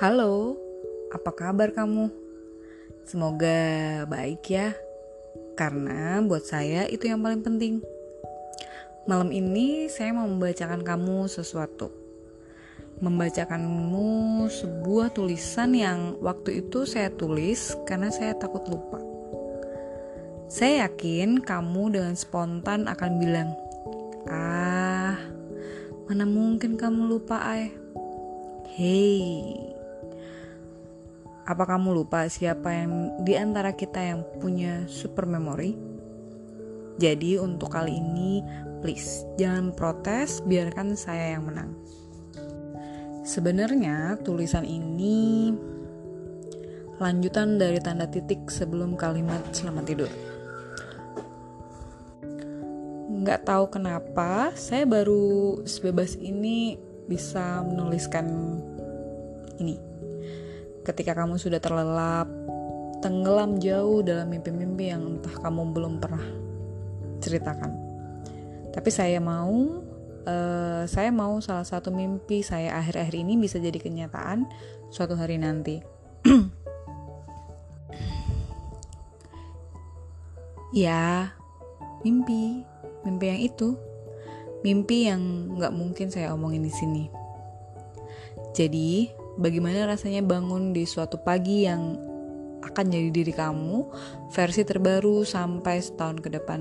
Halo, apa kabar kamu? Semoga baik ya, karena buat saya itu yang paling penting. Malam ini saya mau membacakan kamu sesuatu. Membacakanmu sebuah tulisan yang waktu itu saya tulis karena saya takut lupa. Saya yakin kamu dengan spontan akan bilang, mana mungkin kamu lupa, Hei, apa kamu lupa siapa yang di antara kita yang punya super memory? Jadi untuk kali ini, please jangan protes, biarkan saya yang menang. Sebenarnya tulisan ini lanjutan dari tanda titik sebelum kalimat selamat tidur. Nggak tahu kenapa, saya baru sebebas ini bisa menuliskan ini. Ketika kamu sudah terlelap, tenggelam jauh dalam mimpi-mimpi yang entah kamu belum pernah ceritakan. Tapi saya mau salah satu mimpi saya akhir-akhir ini bisa jadi kenyataan suatu hari nanti. Ya, mimpi yang itu, mimpi yang nggak mungkin saya omongin di sini. Jadi, bagaimana rasanya bangun di suatu pagi yang akan jadi diri kamu, versi terbaru sampai setahun ke depan?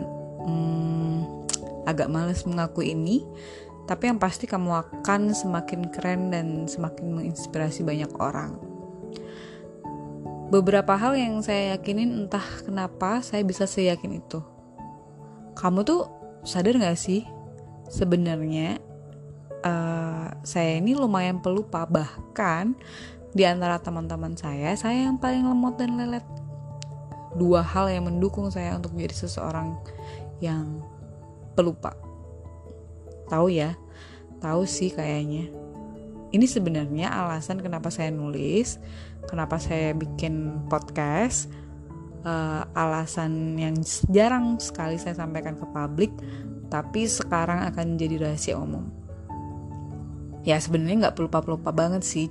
Agak males mengakui ini, tapi yang pasti kamu akan semakin keren dan semakin menginspirasi banyak orang. Beberapa hal yang saya yakinin, entah kenapa saya bisa seyakin itu. Kamu tuh sadar gak sih? Sebenarnya saya ini lumayan pelupa, bahkan di antara teman-teman saya yang paling lemot dan lelet. Dua hal yang mendukung saya untuk menjadi seseorang yang pelupa. Tahu sih kayaknya. Ini sebenarnya alasan kenapa saya nulis, kenapa saya bikin podcast, alasan yang jarang sekali saya sampaikan ke publik, tapi sekarang akan jadi rahasia umum. Ya sebenarnya nggak pelupa-pelupa banget sih,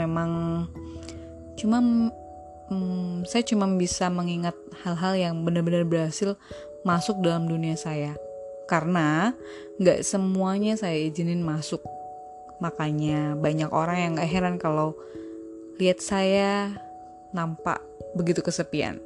saya cuma bisa mengingat hal-hal yang benar-benar berhasil masuk dalam dunia saya, karena nggak semuanya saya izinin masuk. Makanya banyak orang yang nggak heran kalau lihat saya nampak begitu kesepian.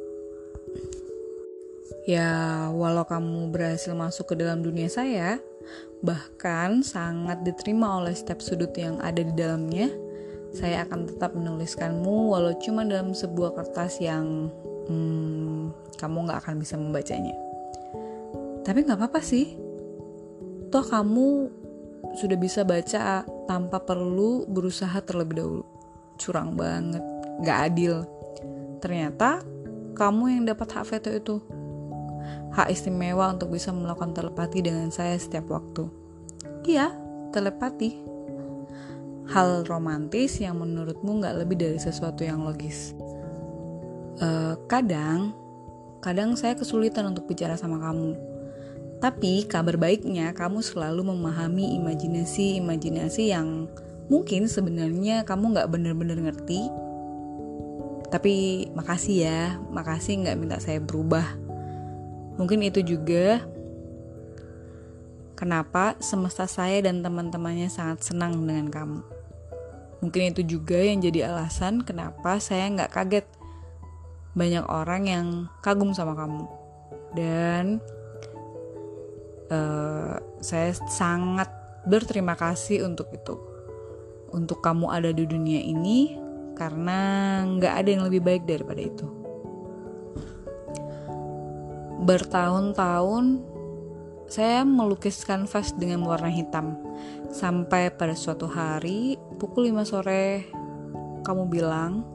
Ya, walau kamu berhasil masuk ke dalam dunia saya, bahkan sangat diterima oleh setiap sudut yang ada di dalamnya, saya akan tetap menuliskanmu walau cuma dalam sebuah kertas yang kamu gak akan bisa membacanya. Tapi gak apa-apa sih, toh kamu sudah bisa baca tanpa perlu berusaha terlebih dahulu. Curang banget, gak adil. Ternyata kamu yang dapat hak veto itu, hak istimewa untuk bisa melakukan telepati dengan saya setiap waktu. Iya, telepati. Hal romantis yang menurutmu gak lebih dari sesuatu yang logis. Kadang saya kesulitan untuk bicara sama kamu. Tapi kabar baiknya kamu selalu memahami imajinasi yang mungkin sebenarnya kamu gak benar-benar ngerti. Tapi makasih gak minta saya berubah. Mungkin itu juga kenapa semesta saya dan teman-temannya sangat senang dengan kamu. Mungkin itu juga yang jadi alasan kenapa saya gak kaget banyak orang yang kagum sama kamu. Dan saya sangat berterima kasih untuk itu. Untuk kamu ada di dunia ini, karena gak ada yang lebih baik daripada itu. Bertahun-tahun saya melukis kanvas dengan warna hitam, sampai pada suatu hari pukul 5 sore kamu bilang,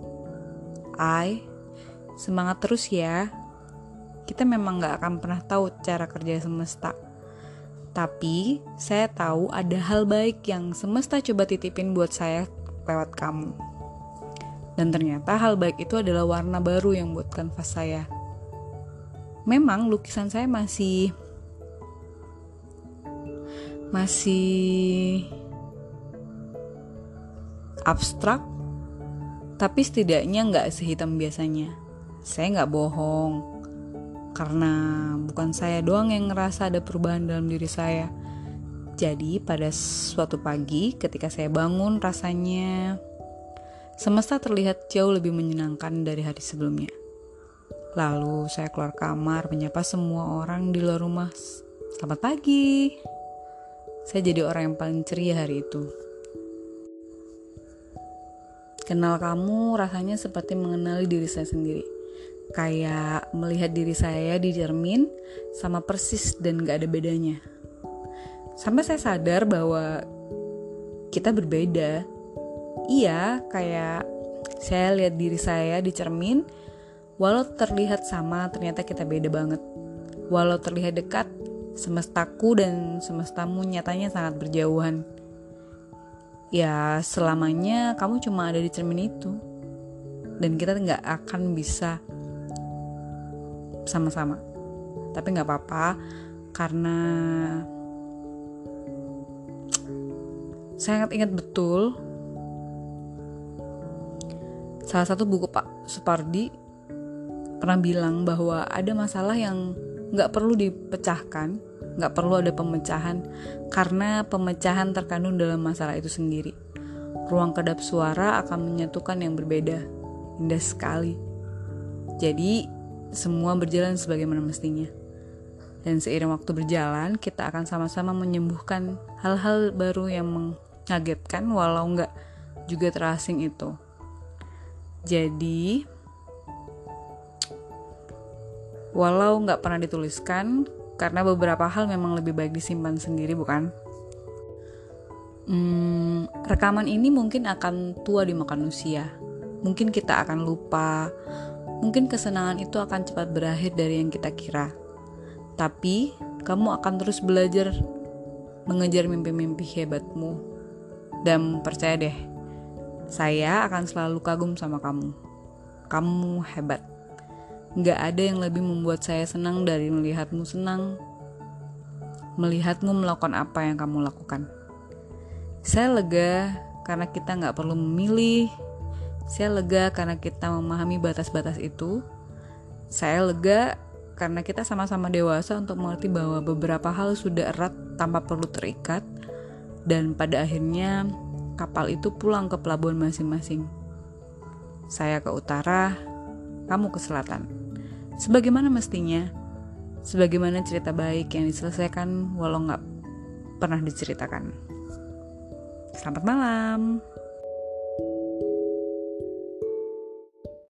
semangat terus ya. Kita memang gak akan pernah tahu cara kerja semesta, tapi saya tahu ada hal baik yang semesta coba titipin buat saya lewat kamu. Dan ternyata hal baik itu adalah warna baru yang buat kanvas saya. Memang lukisan saya masih abstrak, Tapi setidaknya nggak sehitam biasanya. Saya nggak bohong, karena bukan saya doang yang ngerasa ada perubahan dalam diri saya. Jadi pada suatu pagi ketika saya bangun, rasanya semesta terlihat jauh lebih menyenangkan dari hari sebelumnya. Lalu saya keluar kamar menyapa semua orang di luar rumah. Selamat pagi. Saya jadi orang yang paling ceria hari itu. Kenal kamu rasanya seperti mengenali diri saya sendiri. Kayak melihat diri saya di cermin sama persis dan gak ada bedanya. Sampai saya sadar bahwa kita berbeda. Iya, kayak saya lihat diri saya di cermin, walau terlihat sama, ternyata kita beda banget. Walau terlihat dekat, semestaku dan semestamu nyatanya sangat berjauhan. Ya, selamanya kamu cuma ada di cermin itu. Dan kita gak akan bisa sama-sama. Tapi gak apa-apa, karena saya ingat betul salah satu buku Pak Supardi pernah bilang bahwa ada masalah yang gak perlu dipecahkan, gak perlu ada pemecahan, karena pemecahan terkandung dalam masalah itu sendiri. Ruang kedap suara akan menyatukan yang berbeda. Indah sekali. Jadi semua berjalan sebagaimana mestinya. Dan seiring waktu berjalan, kita akan sama-sama menyembuhkan hal-hal baru yang mengagetkan, walau gak juga terasing itu. Jadi walau gak pernah dituliskan, karena beberapa hal memang lebih baik disimpan sendiri, bukan? Rekaman ini mungkin akan tua dimakan usia. Mungkin kita akan lupa. Mungkin kesenangan itu akan cepat berakhir dari yang kita kira. Tapi kamu akan terus belajar mengejar mimpi-mimpi hebatmu. Dan percaya deh, saya akan selalu kagum sama kamu. Kamu hebat. Gak ada yang lebih membuat saya senang dari melihatmu senang, melihatmu melakukan apa yang kamu lakukan. Saya lega karena kita gak perlu memilih. Saya lega karena kita memahami batas-batas itu. Saya lega karena kita sama-sama dewasa untuk mengerti bahwa beberapa hal sudah erat tanpa perlu terikat. Dan pada akhirnya kapal itu pulang ke pelabuhan masing-masing. Saya ke utara, kamu ke selatan. Sebagaimana mestinya, sebagaimana cerita baik yang diselesaikan walau gak pernah diceritakan. Selamat malam.